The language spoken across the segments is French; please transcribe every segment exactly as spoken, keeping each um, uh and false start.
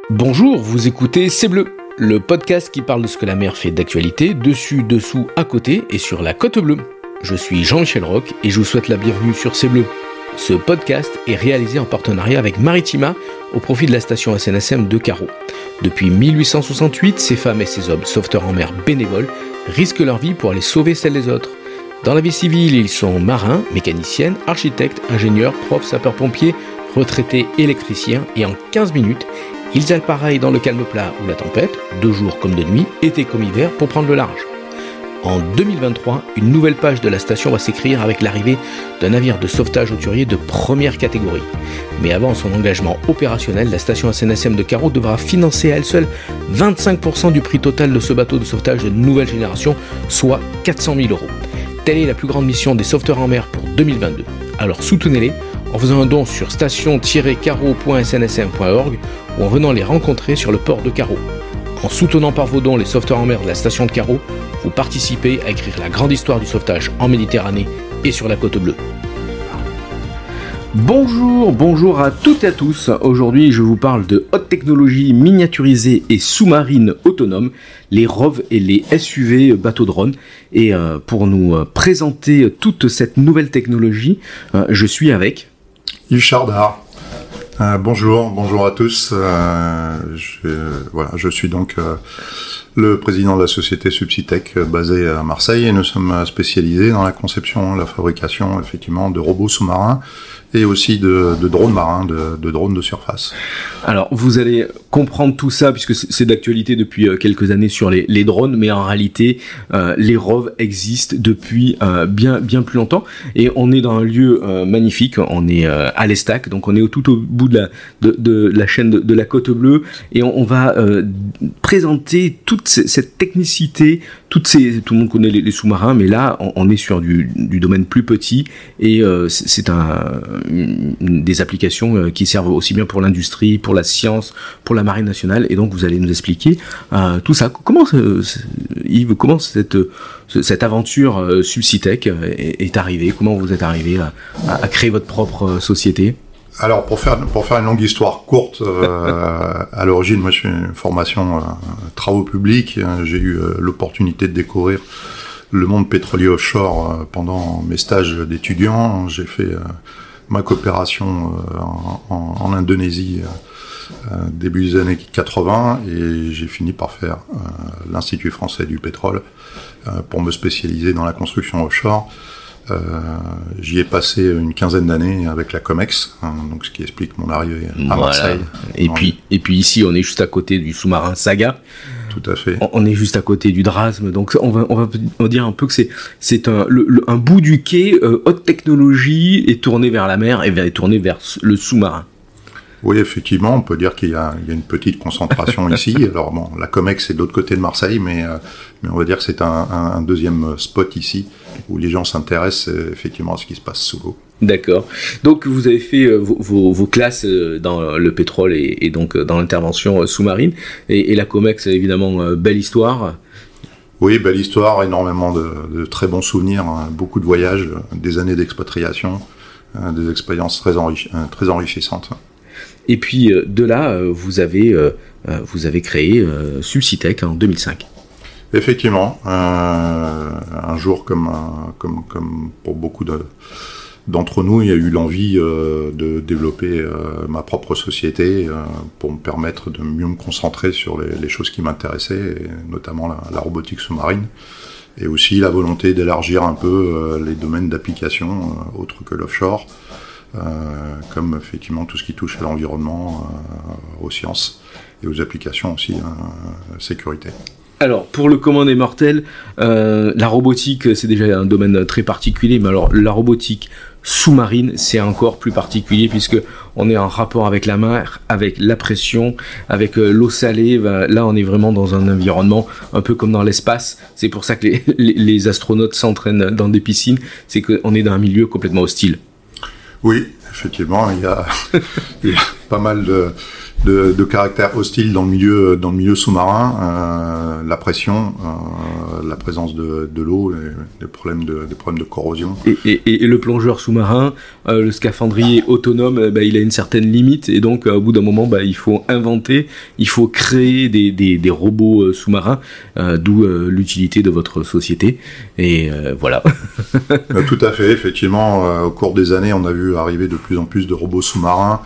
Bonjour, vous écoutez C'est Bleu, le podcast qui parle de ce que la mer fait d'actualité, dessus, dessous, à côté et sur la côte bleue. Je suis Jean-Michel Roch et je vous souhaite la bienvenue sur C'est Bleu. Ce podcast est réalisé en partenariat avec Maritima au profit de la station S N S M de Carreau. Depuis mille huit cent soixante-huit, ces femmes et ces hommes sauveteurs en mer bénévoles risquent leur vie pour aller sauver celle des autres. Dans la vie civile, ils sont marins, mécaniciennes, architectes, ingénieurs, profs, sapeurs-pompiers, retraités, électriciens et en quinze minutes, ils appareillent dans le calme plat ou la tempête, de jour comme de nuit, été comme hiver, pour prendre le large. En deux mille vingt-trois, une nouvelle page de la station va s'écrire avec l'arrivée d'un navire de sauvetage hauturier de première catégorie. Mais avant son engagement opérationnel, la station S N S M de Carreau devra financer à elle seule vingt-cinq pour cent du prix total de ce bateau de sauvetage de nouvelle génération, soit quatre cent mille euros. Telle est la plus grande mission des sauveteurs en mer pour deux mille vingt-deux. Alors soutenez-les en faisant un don sur station tiret carreau point s n s m point org ou en venant les rencontrer sur le port de Carreau. En soutenant par vos dons les sauveteurs en mer de la station de Carreau, vous participez à écrire la grande histoire du sauvetage en Méditerranée et sur la côte bleue. Bonjour, bonjour à toutes et à tous. Aujourd'hui, je vous parle de haute technologie miniaturisée et sous-marine autonome, les R O V et les S U V bateaux-drones. Et euh, pour nous euh, présenter toute cette nouvelle technologie, euh, je suis avec Yves Chardard. Euh, bonjour, bonjour à tous. Euh, je, voilà, je suis donc euh, le président de la société Subsitech euh, basée à Marseille et nous sommes spécialisés dans la conception, la fabrication effectivement de robots sous-marins et aussi de, de drones marins, de, de drones de surface. Alors, vous allez comprendre tout ça, puisque c'est d'actualité depuis quelques années sur les, les drones, mais en réalité, euh, les R O V existent depuis euh, bien, bien plus longtemps, et on est dans un lieu euh, magnifique, on est euh, à l'Estac, donc on est tout au bout de la, de, de la chaîne de, de la Côte Bleue, et on, on va euh, présenter toute cette technicité, toutes ces, tout le monde connaît les, les sous-marins, mais là, on, on est sur du, du domaine plus petit, et euh, c'est un... des applications qui servent aussi bien pour l'industrie, pour la science, pour la marine nationale, et donc vous allez nous expliquer euh, tout ça. Comment, euh, Yves, comment cette, cette aventure euh, Subsitech est, est arrivée? Comment vous êtes arrivé à, à créer votre propre société? Alors pour faire pour faire une longue histoire courte, euh, à l'origine, moi je suis une formation euh, travaux publics. J'ai eu euh, l'opportunité de découvrir le monde pétrolier offshore euh, pendant mes stages d'étudiants. J'ai fait euh, ma coopération euh, en, en, en Indonésie euh, début des années quatre-vingts et j'ai fini par faire euh, l'Institut français du pétrole euh, pour me spécialiser dans la construction offshore. Euh, j'y ai passé une quinzaine d'années avec la COMEX, hein, donc ce qui explique mon arrivée à voilà. Marseille. Et puis, et puis ici, on est juste à côté du sous-marin Saga. Tout à fait. On est juste à côté du Drasme, donc on va, on va, on va dire un peu que c'est, c'est un, le, le, un bout du quai euh, haute technologie et tourné vers la mer et vers, tourné vers le sous-marin. Oui, effectivement, on peut dire qu'il y a, il y a une petite concentration ici. Alors bon, la COMEX c'est de l'autre côté de Marseille, mais, euh, mais on va dire que c'est un, un, un deuxième spot ici où les gens s'intéressent euh, effectivement à ce qui se passe sous l'eau. D'accord. Donc vous avez fait euh, vos, vos, vos classes euh, dans le pétrole et, et donc euh, dans l'intervention euh, sous-marine. Et, et la COMEX, évidemment, euh, belle histoire. Oui, belle histoire, énormément de, de très bons souvenirs, hein, beaucoup de voyages, des années d'expatriation, euh, des expériences très, enrichi- euh, très enrichissantes. Et puis euh, de là, euh, vous avez euh, euh, vous avez créé euh, Subsitech en deux mille cinq. Effectivement, euh, un jour comme, comme, comme pour beaucoup de, d'entre nous, il y a eu l'envie euh, de développer euh, ma propre société euh, pour me permettre de mieux me concentrer sur les, les choses qui m'intéressaient, et notamment la, la robotique sous-marine, et aussi la volonté d'élargir un peu euh, les domaines d'application euh, autres que l'offshore, euh, comme effectivement tout ce qui touche à l'environnement, euh, aux sciences et aux applications aussi euh, sécurité. Alors, pour le commun des mortels, euh, la robotique, c'est déjà un domaine très particulier, mais alors la robotique sous-marine, c'est encore plus particulier, puisque on est en rapport avec la mer, avec la pression, avec euh, l'eau salée. Ben, là, on est vraiment dans un environnement un peu comme dans l'espace. C'est pour ça que les, les, les astronautes s'entraînent dans des piscines, c'est qu'on est dans un milieu complètement hostile. Oui, effectivement, il y a, il y a pas mal de... de, de caractère hostile dans le milieu, dans le milieu sous-marin, euh, la pression, euh, la présence de, de l'eau, les, les problèmes de, des problèmes de corrosion. Et, et, et le plongeur sous-marin, euh, le scaphandrier autonome, euh, bah, il a une certaine limite, et donc euh, au bout d'un moment, bah, il faut inventer, il faut créer des, des, des robots euh, sous-marins, euh, d'où euh, l'utilité de votre société. Et euh, voilà. euh, tout à fait, effectivement, euh, au cours des années, on a vu arriver de plus en plus de robots sous-marins,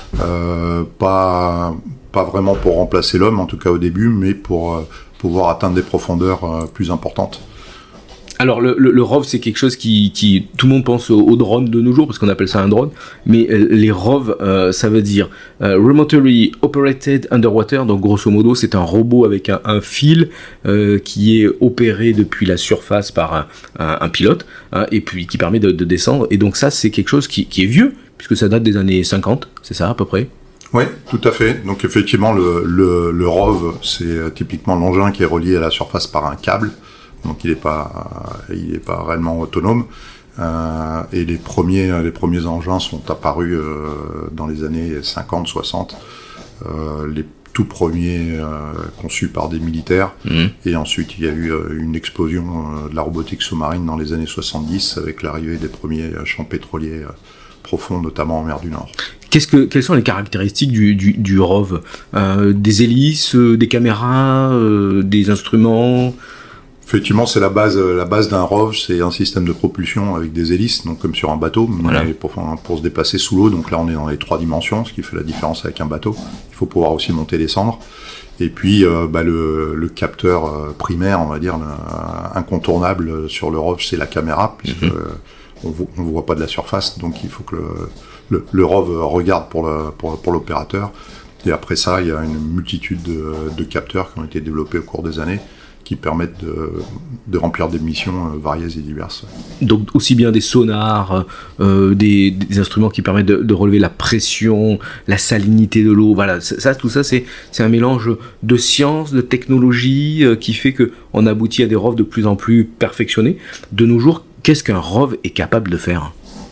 euh, pas, pas vraiment pour remplacer l'homme, en tout cas au début, mais pour euh, pouvoir atteindre des profondeurs euh, plus importantes. Alors le, le, le R O V, c'est quelque chose qui, qui tout le monde pense au, au drone de nos jours parce qu'on appelle ça un drone, mais euh, les R O V, euh, ça veut dire euh, remotely operated underwater, donc grosso modo c'est un robot avec un, un fil euh, qui est opéré depuis la surface par un, un, un pilote, hein, et puis qui permet de, de descendre, et donc ça c'est quelque chose qui, qui est vieux puisque ça date des années cinquante, c'est ça à peu près? Oui, tout à fait. Donc effectivement le, le, le R O V, c'est typiquement l'engin qui est relié à la surface par un câble. Donc il n'est pas, il n'est pas réellement autonome. Euh, et les premiers, les premiers engins sont apparus euh, dans les années cinquante soixante. Euh, les tout premiers euh, conçus par des militaires. Mmh. Et ensuite il y a eu euh, une explosion euh, de la robotique sous-marine dans les années soixante-dix avec l'arrivée des premiers champs pétroliers euh, profonds, notamment en mer du Nord. Qu'est-ce que, quelles sont les caractéristiques du, du, du R O V? euh, Des hélices, euh, des caméras, euh, des instruments? Effectivement, c'est la base, la base d'un R O V, c'est un système de propulsion avec des hélices, donc comme sur un bateau, voilà. Mais pour, pour se déplacer sous l'eau. Donc là, on est dans les trois dimensions, ce qui fait la différence avec un bateau. Il faut pouvoir aussi monter et descendre. Et puis, euh, bah, le, le capteur euh, primaire, on va dire, le, incontournable sur le R O V, c'est la caméra, puisque mm-hmm. euh, on ne voit pas de la surface, donc il faut que le, le, le R O V regarde pour, le, pour, pour l'opérateur. Et après ça, il y a une multitude de, de capteurs qui ont été développés au cours des années, qui permettent de, de remplir des missions variées et diverses. Donc aussi bien des sonars, euh, des, des instruments qui permettent de, de relever la pression, la salinité de l'eau, voilà, ça, tout ça c'est, c'est un mélange de science, de technologie euh, qui fait qu'on aboutit à des R O V de plus en plus perfectionnés. De nos jours, qu'est-ce qu'un R O V est capable de faire ?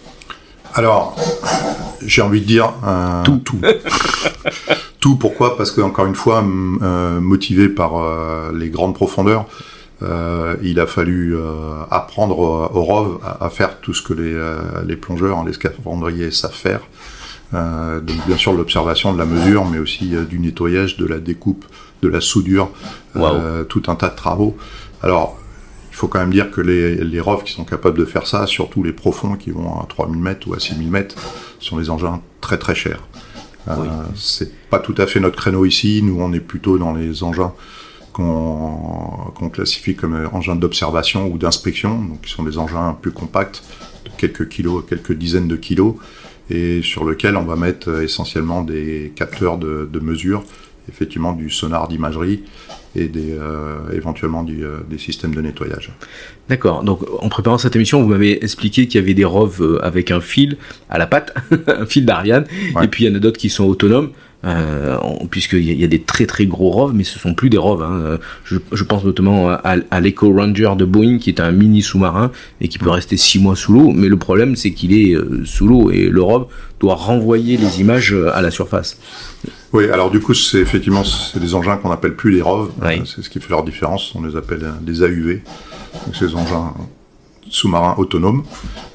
Alors, j'ai envie de dire euh, tout. Tout. Tout, pourquoi ? Parce que, encore une fois, m- euh, motivé par euh, les grandes profondeurs, euh, il a fallu euh, apprendre au R O V à, à faire tout ce que les, euh, les plongeurs, les scaphandriers savent faire. Euh, donc, bien sûr, de l'observation, de la mesure, mais aussi euh, du nettoyage, de la découpe, de la soudure, euh, wow. Tout un tas de travaux. Alors, il faut quand même dire que les, les R O V qui sont capables de faire ça, surtout les profonds qui vont à trois mille mètres ou à six mille mètres, sont des engins très très chers. Euh, oui. C'est pas tout à fait notre créneau ici. Nous, on est plutôt dans les engins qu'on, qu'on classifie comme engins d'observation ou d'inspection, donc qui sont des engins plus compacts, de quelques kilos, quelques dizaines de kilos, et sur lesquels on va mettre essentiellement des capteurs de, de mesure, effectivement du sonar d'imagerie et des, euh, éventuellement du, euh, des systèmes de nettoyage. D'accord, donc en préparant cette émission, vous m'avez expliqué qu'il y avait des R O V avec un fil à la patte, un fil d'Ariane, ouais. Et puis il y en a d'autres qui sont autonomes, euh, puisqu'il y a des très très gros R O V, mais ce sont plus des R O V. Hein. Je, je pense notamment à, à l'Eco Ranger de Boeing, qui est un mini sous-marin et qui peut rester six mois sous l'eau, mais le problème c'est qu'il est euh, sous l'eau et le R O V doit renvoyer les images à la surface. Oui, alors du coup, c'est effectivement c'est des engins qu'on n'appelle plus les R O V. Oui. C'est ce qui fait leur différence. On les appelle des A U V. Donc, ces engins sous-marins autonomes.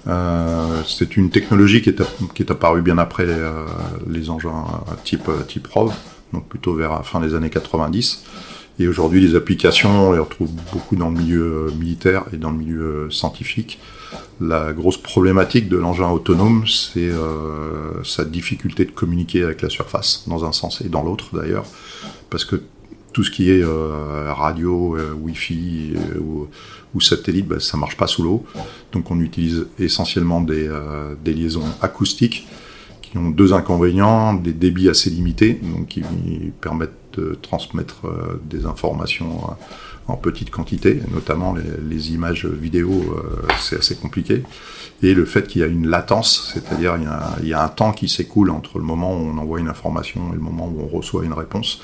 Euh, c'est une technologie qui est, qui est apparue bien après les, euh, les engins type, type R O V, donc plutôt vers la fin des années quatre-vingt-dix. Et aujourd'hui, les applications, on les retrouve beaucoup dans le milieu militaire et dans le milieu scientifique. La grosse problématique de l'engin autonome, c'est euh, sa difficulté de communiquer avec la surface, dans un sens et dans l'autre d'ailleurs, parce que tout ce qui est euh, radio, euh, Wi-Fi euh, ou, ou satellite, bah, ça marche pas sous l'eau. Donc on utilise essentiellement des, euh, des liaisons acoustiques qui ont deux inconvénients, des débits assez limités, donc qui permettent de transmettre euh, des informations euh, en petite quantité, notamment les, les images vidéo, euh, c'est assez compliqué. Et le fait qu'il y a une latence, c'est-à-dire il y a, il y a un temps qui s'écoule entre le moment où on envoie une information et le moment où on reçoit une réponse,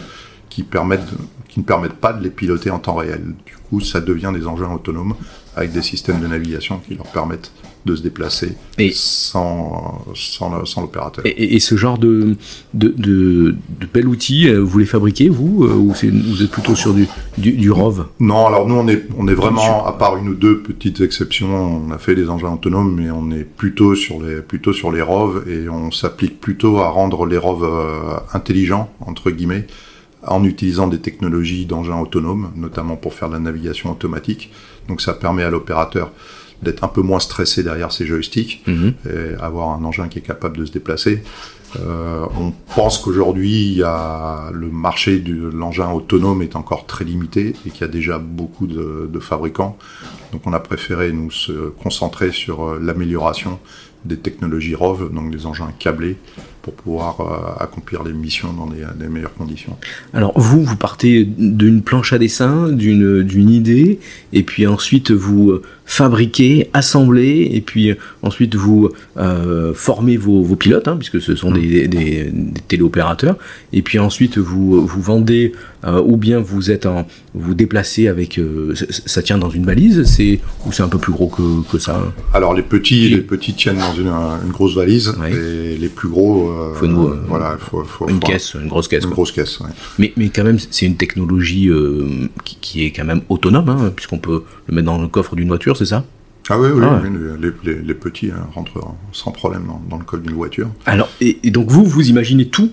qui permettent, de, qui ne permettent pas de les piloter en temps réel. Du coup, ça devient des engins autonomes avec des systèmes de navigation qui leur permettent de se déplacer et sans, sans, sans l'opérateur. Et, et ce genre de, de, de, de bel outil, vous les fabriquez, vous, ou c'est, vous êtes plutôt sur du, du, du R O V ? Non, alors nous, on est, on est vraiment, à part une ou deux petites exceptions, on a fait des engins autonomes, mais on est plutôt sur les, plutôt sur les R O V, et on s'applique plutôt à rendre les R O V euh, intelligents, entre guillemets, en utilisant des technologies d'engins autonomes, notamment pour faire de la navigation automatique. Donc ça permet à l'opérateur d'être un peu moins stressé derrière ses joysticks, mmh. et avoir un engin qui est capable de se déplacer. Euh, on pense qu'aujourd'hui, il y a le marché de l'engin autonome est encore très limité et qu'il y a déjà beaucoup de, de fabricants. Donc on a préféré nous se concentrer sur l'amélioration des technologies R O V, donc des engins câblés, pour pouvoir euh, accomplir les missions dans des, des meilleures conditions. Alors vous, vous partez d'une planche à dessin, d'une, d'une idée, et puis ensuite vous fabriquez, assemblez, et puis ensuite vous euh, formez vos, vos pilotes, hein, puisque ce sont mmh. des, des, des téléopérateurs, et puis ensuite vous, vous vendez, euh, ou bien vous êtes en, vous déplacez avec, euh, ça, ça tient dans une valise, c'est, ou c'est un peu plus gros que, que ça hein. Alors les petits, les petits tiennent dans une, une grosse valise, ouais. et les plus gros, euh, faut nous, euh, voilà, faut, faut, une faut caisse, une grosse caisse. Une quoi. grosse caisse, ouais. Mais, mais quand même, c'est une technologie euh, qui, qui est quand même autonome, hein, puisqu'on peut le mettre dans le coffre d'une voiture, c'est ça ? Ah oui, oui, ah oui les, les, les petits hein, rentrent sans problème dans, dans le coffre d'une voiture. Alors, et, et donc vous, vous imaginez tout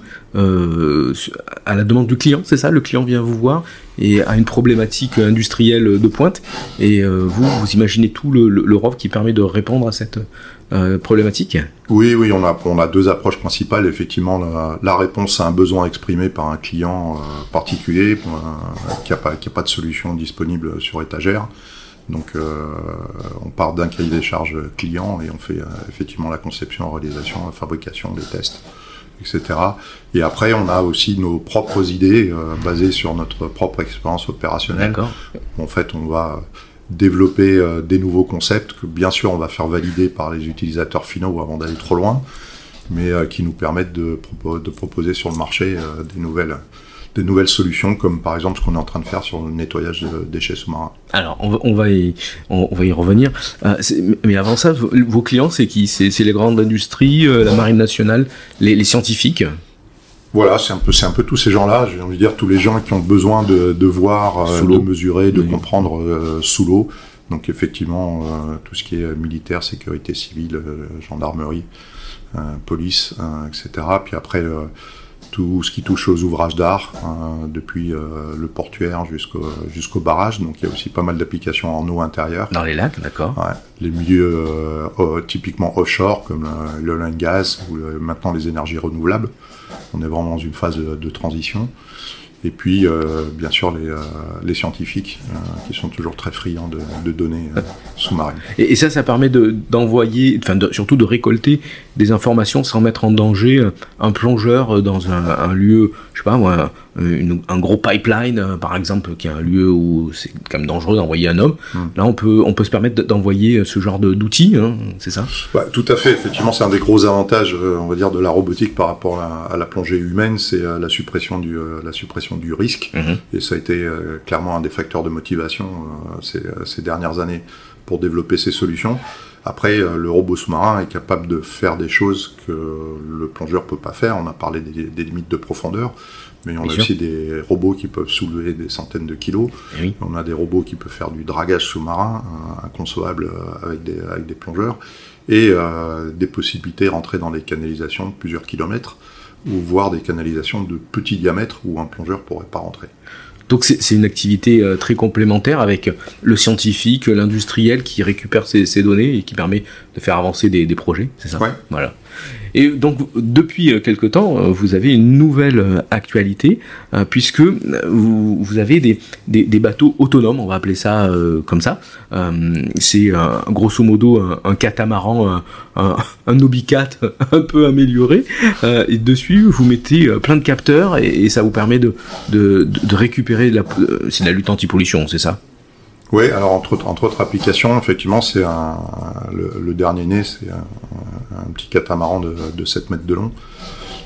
euh, à la demande du client, c'est ça ? Le client vient vous voir et a une problématique industrielle de pointe, et euh, vous, vous imaginez tout le, le, le R O V qui permet de répondre à cette euh, problématique ? Oui, oui, on a, on a deux approches principales. Effectivement, la, la réponse à un besoin exprimé par un client euh, particulier euh, qui n'a pas, qui a pas de solution disponible sur étagère. Donc, euh, on part d'un cahier des charges client et on fait euh, effectivement la conception, la réalisation, la fabrication, les tests, et cetera. Et après, on a aussi nos propres idées euh, basées sur notre propre expérience opérationnelle. D'accord. En fait, on va développer euh, des nouveaux concepts que, bien sûr, on va faire valider par les utilisateurs finaux avant d'aller trop loin, mais euh, qui nous permettent de, propo- de proposer sur le marché euh, des nouvelles. des nouvelles solutions, comme par exemple ce qu'on est en train de faire sur le nettoyage de déchets sous-marins. Alors, on va, on va, y, on, on va y revenir. Euh, mais avant ça, vos, vos clients, c'est qui ? c'est, c'est les grandes industries, euh, la marine nationale, les, les scientifiques ? Voilà, c'est un peu, c'est un peu tous ces gens-là, j'ai envie de dire tous les gens qui ont besoin de, de voir, euh, de mesurer, de oui. comprendre euh, sous l'eau. Donc effectivement, euh, tout ce qui est militaire, sécurité civile, euh, gendarmerie, euh, police, euh, et cetera. Puis après, euh, tout ce qui touche aux ouvrages d'art, euh, depuis euh, le portuaire jusqu'au, jusqu'au barrage. Donc il y a aussi pas mal d'applications en eau intérieure. Dans les lacs, d'accord. Ouais, les milieux euh, euh, typiquement offshore, comme le, le oil and gas, ou le, maintenant les énergies renouvelables. On est vraiment dans une phase de, de transition. Et puis, euh, bien sûr, les, euh, les scientifiques, euh, qui sont toujours très friands de, de données euh, sous-marines. Et, et ça, ça permet de, d'envoyer, enfin, de, surtout de récolter des informations sans mettre en danger un plongeur dans un, un lieu, je sais pas moi, un, une, un gros pipeline, euh, par exemple, qui est un lieu où c'est quand même dangereux d'envoyer un homme. Hum. Là, on peut, on peut se permettre d'envoyer ce genre de, d'outils, hein, c'est ça ? Ouais, tout à fait. Effectivement, c'est un des gros avantages, euh, on va dire, de la robotique par rapport à, à la plongée humaine, c'est euh, la suppression du, euh, la suppression du risque, mmh. et ça a été euh, clairement un des facteurs de motivation euh, ces, ces dernières années pour développer ces solutions. Après, euh, le robot sous-marin est capable de faire des choses que le plongeur peut pas faire. On a parlé des, des limites de profondeur, mais on Bien a sûr. aussi des robots qui peuvent soulever des centaines de kilos. Oui. On a des robots qui peuvent faire du dragage sous-marin, euh, inconcevable euh, avec, des, avec des plongeurs, et euh, des possibilités de rentrer dans des canalisations de plusieurs kilomètres, ou voir des canalisations de petits diamètres où un plongeur ne pourrait pas rentrer. Donc c'est, c'est une activité euh, très complémentaire avec le scientifique, l'industriel qui récupère ces, ces données et qui permet de faire avancer des, des projets, c'est ça ? Ouais. Voilà. Et donc, depuis quelque temps, vous avez une nouvelle actualité, euh, puisque vous, vous avez des, des, des bateaux autonomes, on va appeler ça euh, comme ça. Euh, c'est euh, grosso modo un, un catamaran, un, un, un Obicat un peu amélioré. Euh, et dessus, vous mettez plein de capteurs et, et ça vous permet de, de, de récupérer la, c'est de la lutte anti-pollution, c'est ça ? Oui, alors entre autres, entre autres applications, effectivement, c'est un, le, le dernier né, c'est un, un petit catamaran de, de sept mètres de long,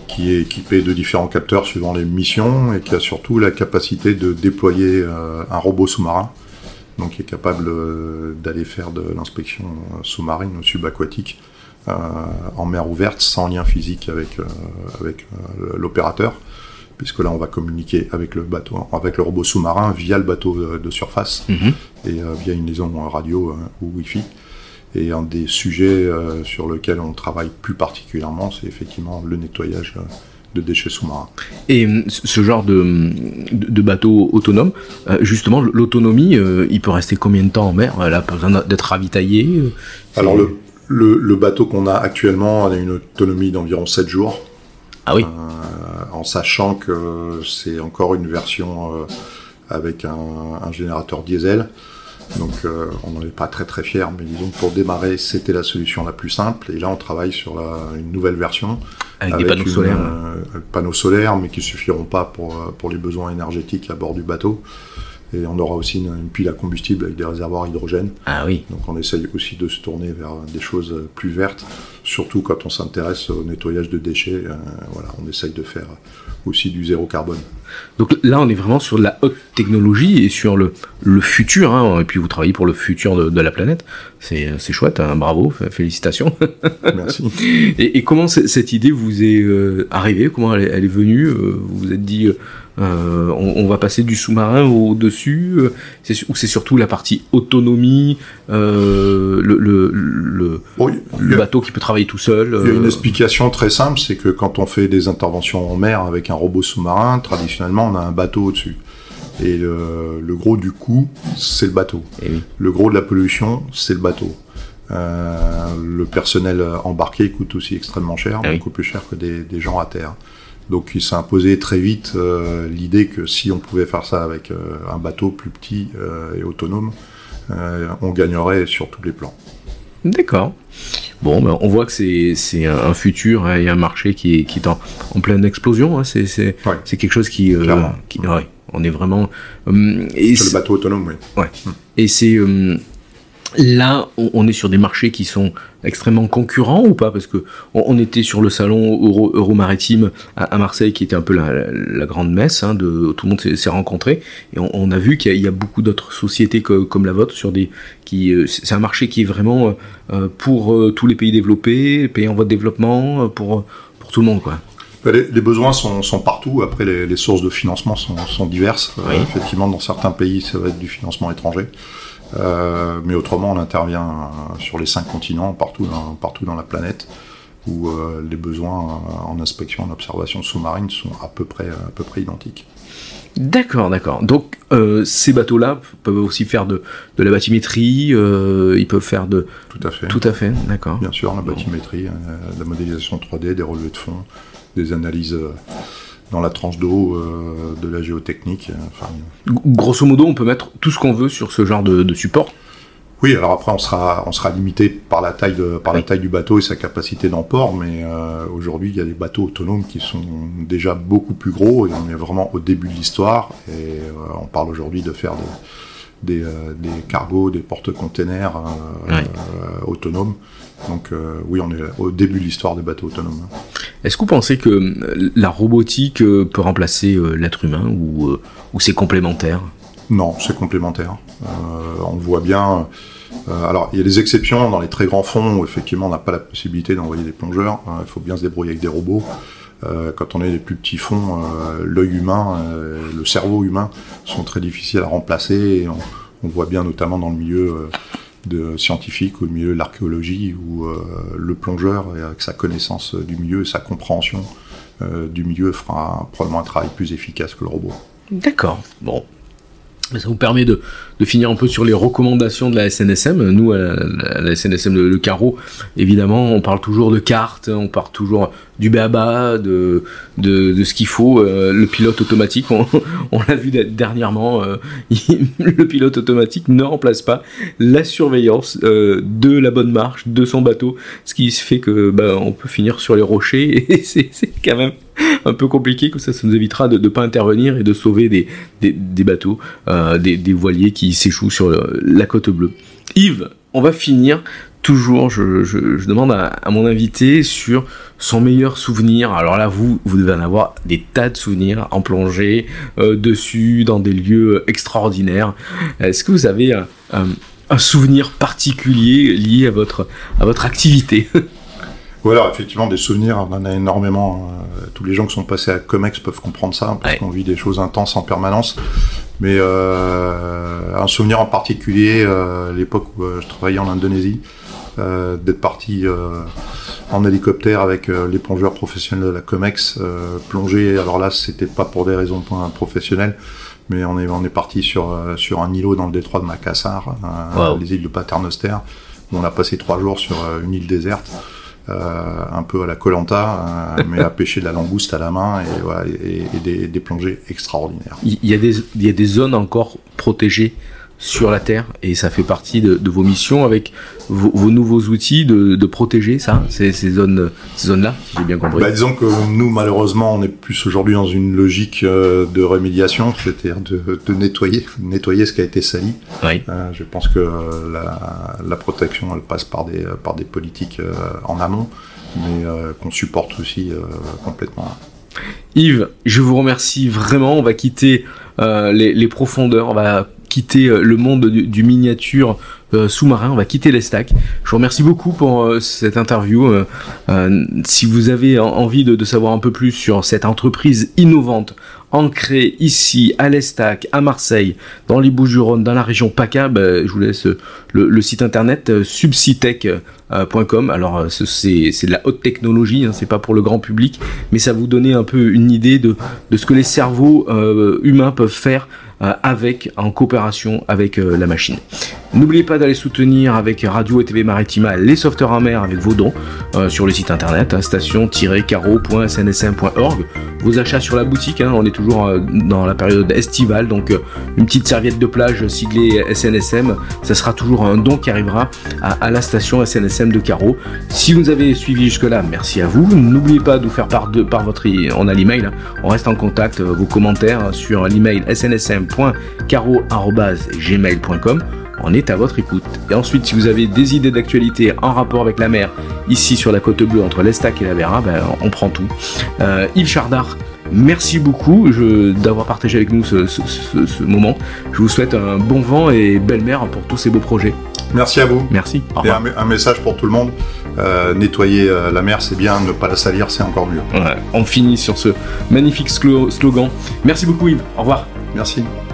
qui est équipé de différents capteurs suivant les missions et qui a surtout la capacité de déployer euh, un robot sous-marin, donc qui est capable euh, d'aller faire de l'inspection sous-marine ou subaquatique euh, en mer ouverte sans lien physique avec, euh, avec euh, l'opérateur, puisque là on va communiquer avec le bateau, avec le robot sous-marin via le bateau de, de surface mmh. et euh, via une liaison radio euh, ou Wi-Fi. Et un des sujets euh, sur lesquels on travaille plus particulièrement, c'est effectivement le nettoyage euh, de déchets sous-marins. Et ce genre de, de, de bateau autonome, euh, justement, l'autonomie, euh, il peut rester combien de temps en mer ? Elle n'a pas besoin d'être ravitaillée ? C'est... Alors le, le, le bateau qu'on a actuellement a une autonomie d'environ sept jours. Ah oui. Euh, en sachant que c'est encore une version euh, avec un, un générateur diesel. Donc euh, on n'en est pas très très fiers, mais disons que pour démarrer, c'était la solution la plus simple. Et là, on travaille sur la, une nouvelle version. Avec, avec des panneaux une, solaires. Euh, panneaux solaires, mais qui ne suffiront pas pour, pour les besoins énergétiques à bord du bateau. Et on aura aussi une, une pile à combustible avec des réservoirs hydrogène. Ah oui. Donc on essaye aussi de se tourner vers des choses plus vertes, surtout quand on s'intéresse au nettoyage de déchets. Euh, voilà, on essaye de faire aussi du zéro carbone. Donc là, on est vraiment sur de la haute technologie et sur le, le futur. Hein, et puis vous travaillez pour le futur de, de la planète. C'est, c'est chouette, hein, bravo, félicitations. Merci. Et, et comment cette idée vous est euh, arrivée ? Comment elle est, elle est venue ? euh, Vous vous êtes dit, euh, on, on va passer du sous-marin au-dessus euh, c'est, Ou c'est surtout la partie autonomie, euh, le, le, le, bon, le a, bateau qui peut travailler tout seul euh... Il y a une explication très simple, c'est que quand on fait des interventions en mer avec un robot sous-marin, traditionnellement, on a un bateau au-dessus. Et le, le gros du coût, c'est le bateau. Et oui. Le gros de la pollution, c'est le bateau. Euh, le personnel embarqué coûte aussi extrêmement cher, ah beaucoup oui. plus cher que des, des gens à terre. Donc il s'est imposé très vite euh, l'idée que si on pouvait faire ça avec euh, un bateau plus petit euh, et autonome, euh, on gagnerait sur tous les plans. D'accord. Bon, ben, on voit que c'est, c'est un futur hein, et un marché qui est, qui est en, en pleine explosion. Hein, c'est, c'est, ouais. c'est quelque chose qui... Euh, qui ouais, on est vraiment... Euh, et c'est le bateau autonome, oui. Ouais. Hum. Et c'est... Euh, là, on, on est sur des marchés qui sont extrêmement concurrents ou pas ? Parce que on, on était sur le salon Euro, Euro-Maritime à, à Marseille, qui était un peu la, la, la grande messe, hein, de, tout le monde s'est, s'est rencontré, et on, on a vu qu'il y a, il y a beaucoup d'autres sociétés que, comme la vôtre, sur des, qui, c'est un marché qui est vraiment euh, pour euh, tous les pays développés, pays en voie de développement, pour, pour tout le monde, quoi. Les, les besoins sont, sont partout. Après, les, les sources de financement sont, sont diverses. Oui. Euh, effectivement, dans certains pays, ça va être du financement étranger. Euh, mais autrement, on intervient euh, sur les cinq continents, partout dans, partout dans la planète, où euh, les besoins euh, en inspection, en observation sous-marine sont à peu près, à peu près identiques. D'accord, d'accord. Donc euh, ces bateaux-là peuvent aussi faire de, de la bathymétrie, euh, ils peuvent faire de... Tout à fait. Tout à fait, d'accord. Bien sûr, la bathymétrie, euh, la modélisation trois D, des relevés de fond, des analyses... Euh, dans la tranche d'eau, euh, de la géotechnique. Enfin, grosso modo, on peut mettre tout ce qu'on veut sur ce genre de, de support. Oui, alors après, on sera, on sera limité par la taille de, par oui. la taille du bateau et sa capacité d'emport, mais euh, aujourd'hui, il y a des bateaux autonomes qui sont déjà beaucoup plus gros et on est vraiment au début de l'histoire. Et euh, on parle aujourd'hui de faire des, des, euh, des cargos, des porte-containers euh, oui. euh, autonomes. Donc euh, oui, on est au début de l'histoire des bateaux autonomes. Est-ce que vous pensez que la robotique peut remplacer euh, l'être humain ou, euh, ou c'est complémentaire ? Non, c'est complémentaire. Euh, on voit bien... Euh, alors, il y a des exceptions dans les très grands fonds où effectivement on n'a pas la possibilité d'envoyer des plongeurs. Il euh, faut bien se débrouiller avec des robots. Euh, quand on est les plus petits fonds, euh, l'œil humain, euh, le cerveau humain sont très difficiles à remplacer. Et on, on voit bien notamment dans le milieu... Euh, de scientifique ou le milieu de l'archéologie où euh, le plongeur, avec sa connaissance du milieu et sa compréhension euh, du milieu, fera probablement un travail plus efficace que le robot. D'accord, bon. Ça vous permet de, de finir un peu sur les recommandations de la S N S M. Nous, à la, à la S N S M, le, le carreau, évidemment, on parle toujours de cartes, on parle toujours du B A B A, de, de, de ce qu'il faut. Euh, le pilote automatique, on, on l'a vu dernièrement, euh, il, le pilote automatique ne remplace pas la surveillance euh, de la bonne marche de son bateau, ce qui fait que bah, on peut finir sur les rochers, et c'est, c'est quand même un peu compliqué, que ça, ça nous évitera de ne pas intervenir et de sauver des, des, des bateaux, euh, des, des voiliers qui s'échouent sur le, la côte bleue. Yves, on va finir toujours, je, je, je demande à, à mon invité sur son meilleur souvenir. Alors là, vous, vous devez en avoir des tas de souvenirs en plongée, euh, dessus, dans des lieux extraordinaires. Est-ce que vous avez un, un, un souvenir particulier lié à votre, à votre activité ? Voilà, effectivement, des souvenirs, on en a énormément. Euh, tous les gens qui sont passés à Comex peuvent comprendre ça, parce ouais. qu'on vit des choses intenses en permanence. Mais euh, un souvenir en particulier, euh, l'époque où euh, je travaillais en Indonésie, euh, d'être parti euh, en hélicoptère avec euh, les plongeurs professionnels de la Comex, euh, plonger. Alors là, c'était pas pour des raisons professionnelles, mais on est on est parti sur euh, sur un îlot dans le détroit de Makassar, euh, wow. les îles de Paternoster, où on a passé trois jours sur euh, une île déserte. Euh, un peu à la Koh-Lanta, euh, mais à pêcher de la langouste à la main et, voilà, et, et des, des plongées extraordinaires. Il y a des, il y a des zones encore protégées sur la Terre et ça fait partie de, de vos missions avec vos, vos nouveaux outils de, de protéger ça, ces, ces zones, ces zones-là, si j'ai bien compris. Bah, disons que nous, malheureusement, on est plus aujourd'hui dans une logique euh, de remédiation, c'est-à-dire de, de nettoyer, nettoyer ce qui a été sali. Oui. Euh, je pense que euh, la, la protection, elle passe par des, par des politiques euh, en amont, mais euh, qu'on supporte aussi euh, complètement. Yves, je vous remercie vraiment. On va quitter euh, les, les profondeurs, on va quitter le monde du, du miniature euh, sous-marin, on va quitter l'Estac. Je vous remercie beaucoup pour euh, cette interview. Euh, euh, si vous avez envie de, de savoir un peu plus sur cette entreprise innovante, ancrée ici, à l'Estac, à Marseille, dans les Bouches-du-Rhône, dans la région PACA, bah, je vous laisse le, le site internet euh, subsitech point com. Alors c'est, c'est de la haute technologie, hein, c'est pas pour le grand public, mais ça vous donner un peu une idée de, de ce que les cerveaux euh, humains peuvent faire euh, avec, en coopération avec euh, la machine. N'oubliez pas d'aller soutenir avec Radio et T V Maritima les sauveteurs en mer avec vos dons euh, sur le site internet hein, station tiret carreau point s n s m point org. Vos achats sur la boutique, hein, on est toujours euh, dans la période estivale, donc euh, une petite serviette de plage siglée S N S M, ça sera toujours un don qui arrivera à, à la station S N S M de Carreau. Si vous avez suivi jusque-là, merci à vous. N'oubliez pas de vous faire part de par votre, on a l'email, hein, on reste en contact, euh, vos commentaires sur l'email s n s m point carreau arobase gmail point com. On est à votre écoute. Et ensuite, si vous avez des idées d'actualité en rapport avec la mer, ici sur la côte bleue entre l'Estac et la Vera, ben, on prend tout. Euh, Yves Chardard, merci beaucoup je, d'avoir partagé avec nous ce, ce, ce, ce moment. Je vous souhaite un bon vent et belle mer pour tous ces beaux projets. Merci à vous. Merci. Et un, un message pour tout le monde. Euh, nettoyer euh, la mer, c'est bien. Ne pas la salir, c'est encore mieux. Ouais, on finit sur ce magnifique slogan. Merci beaucoup Yves. Au revoir. Merci.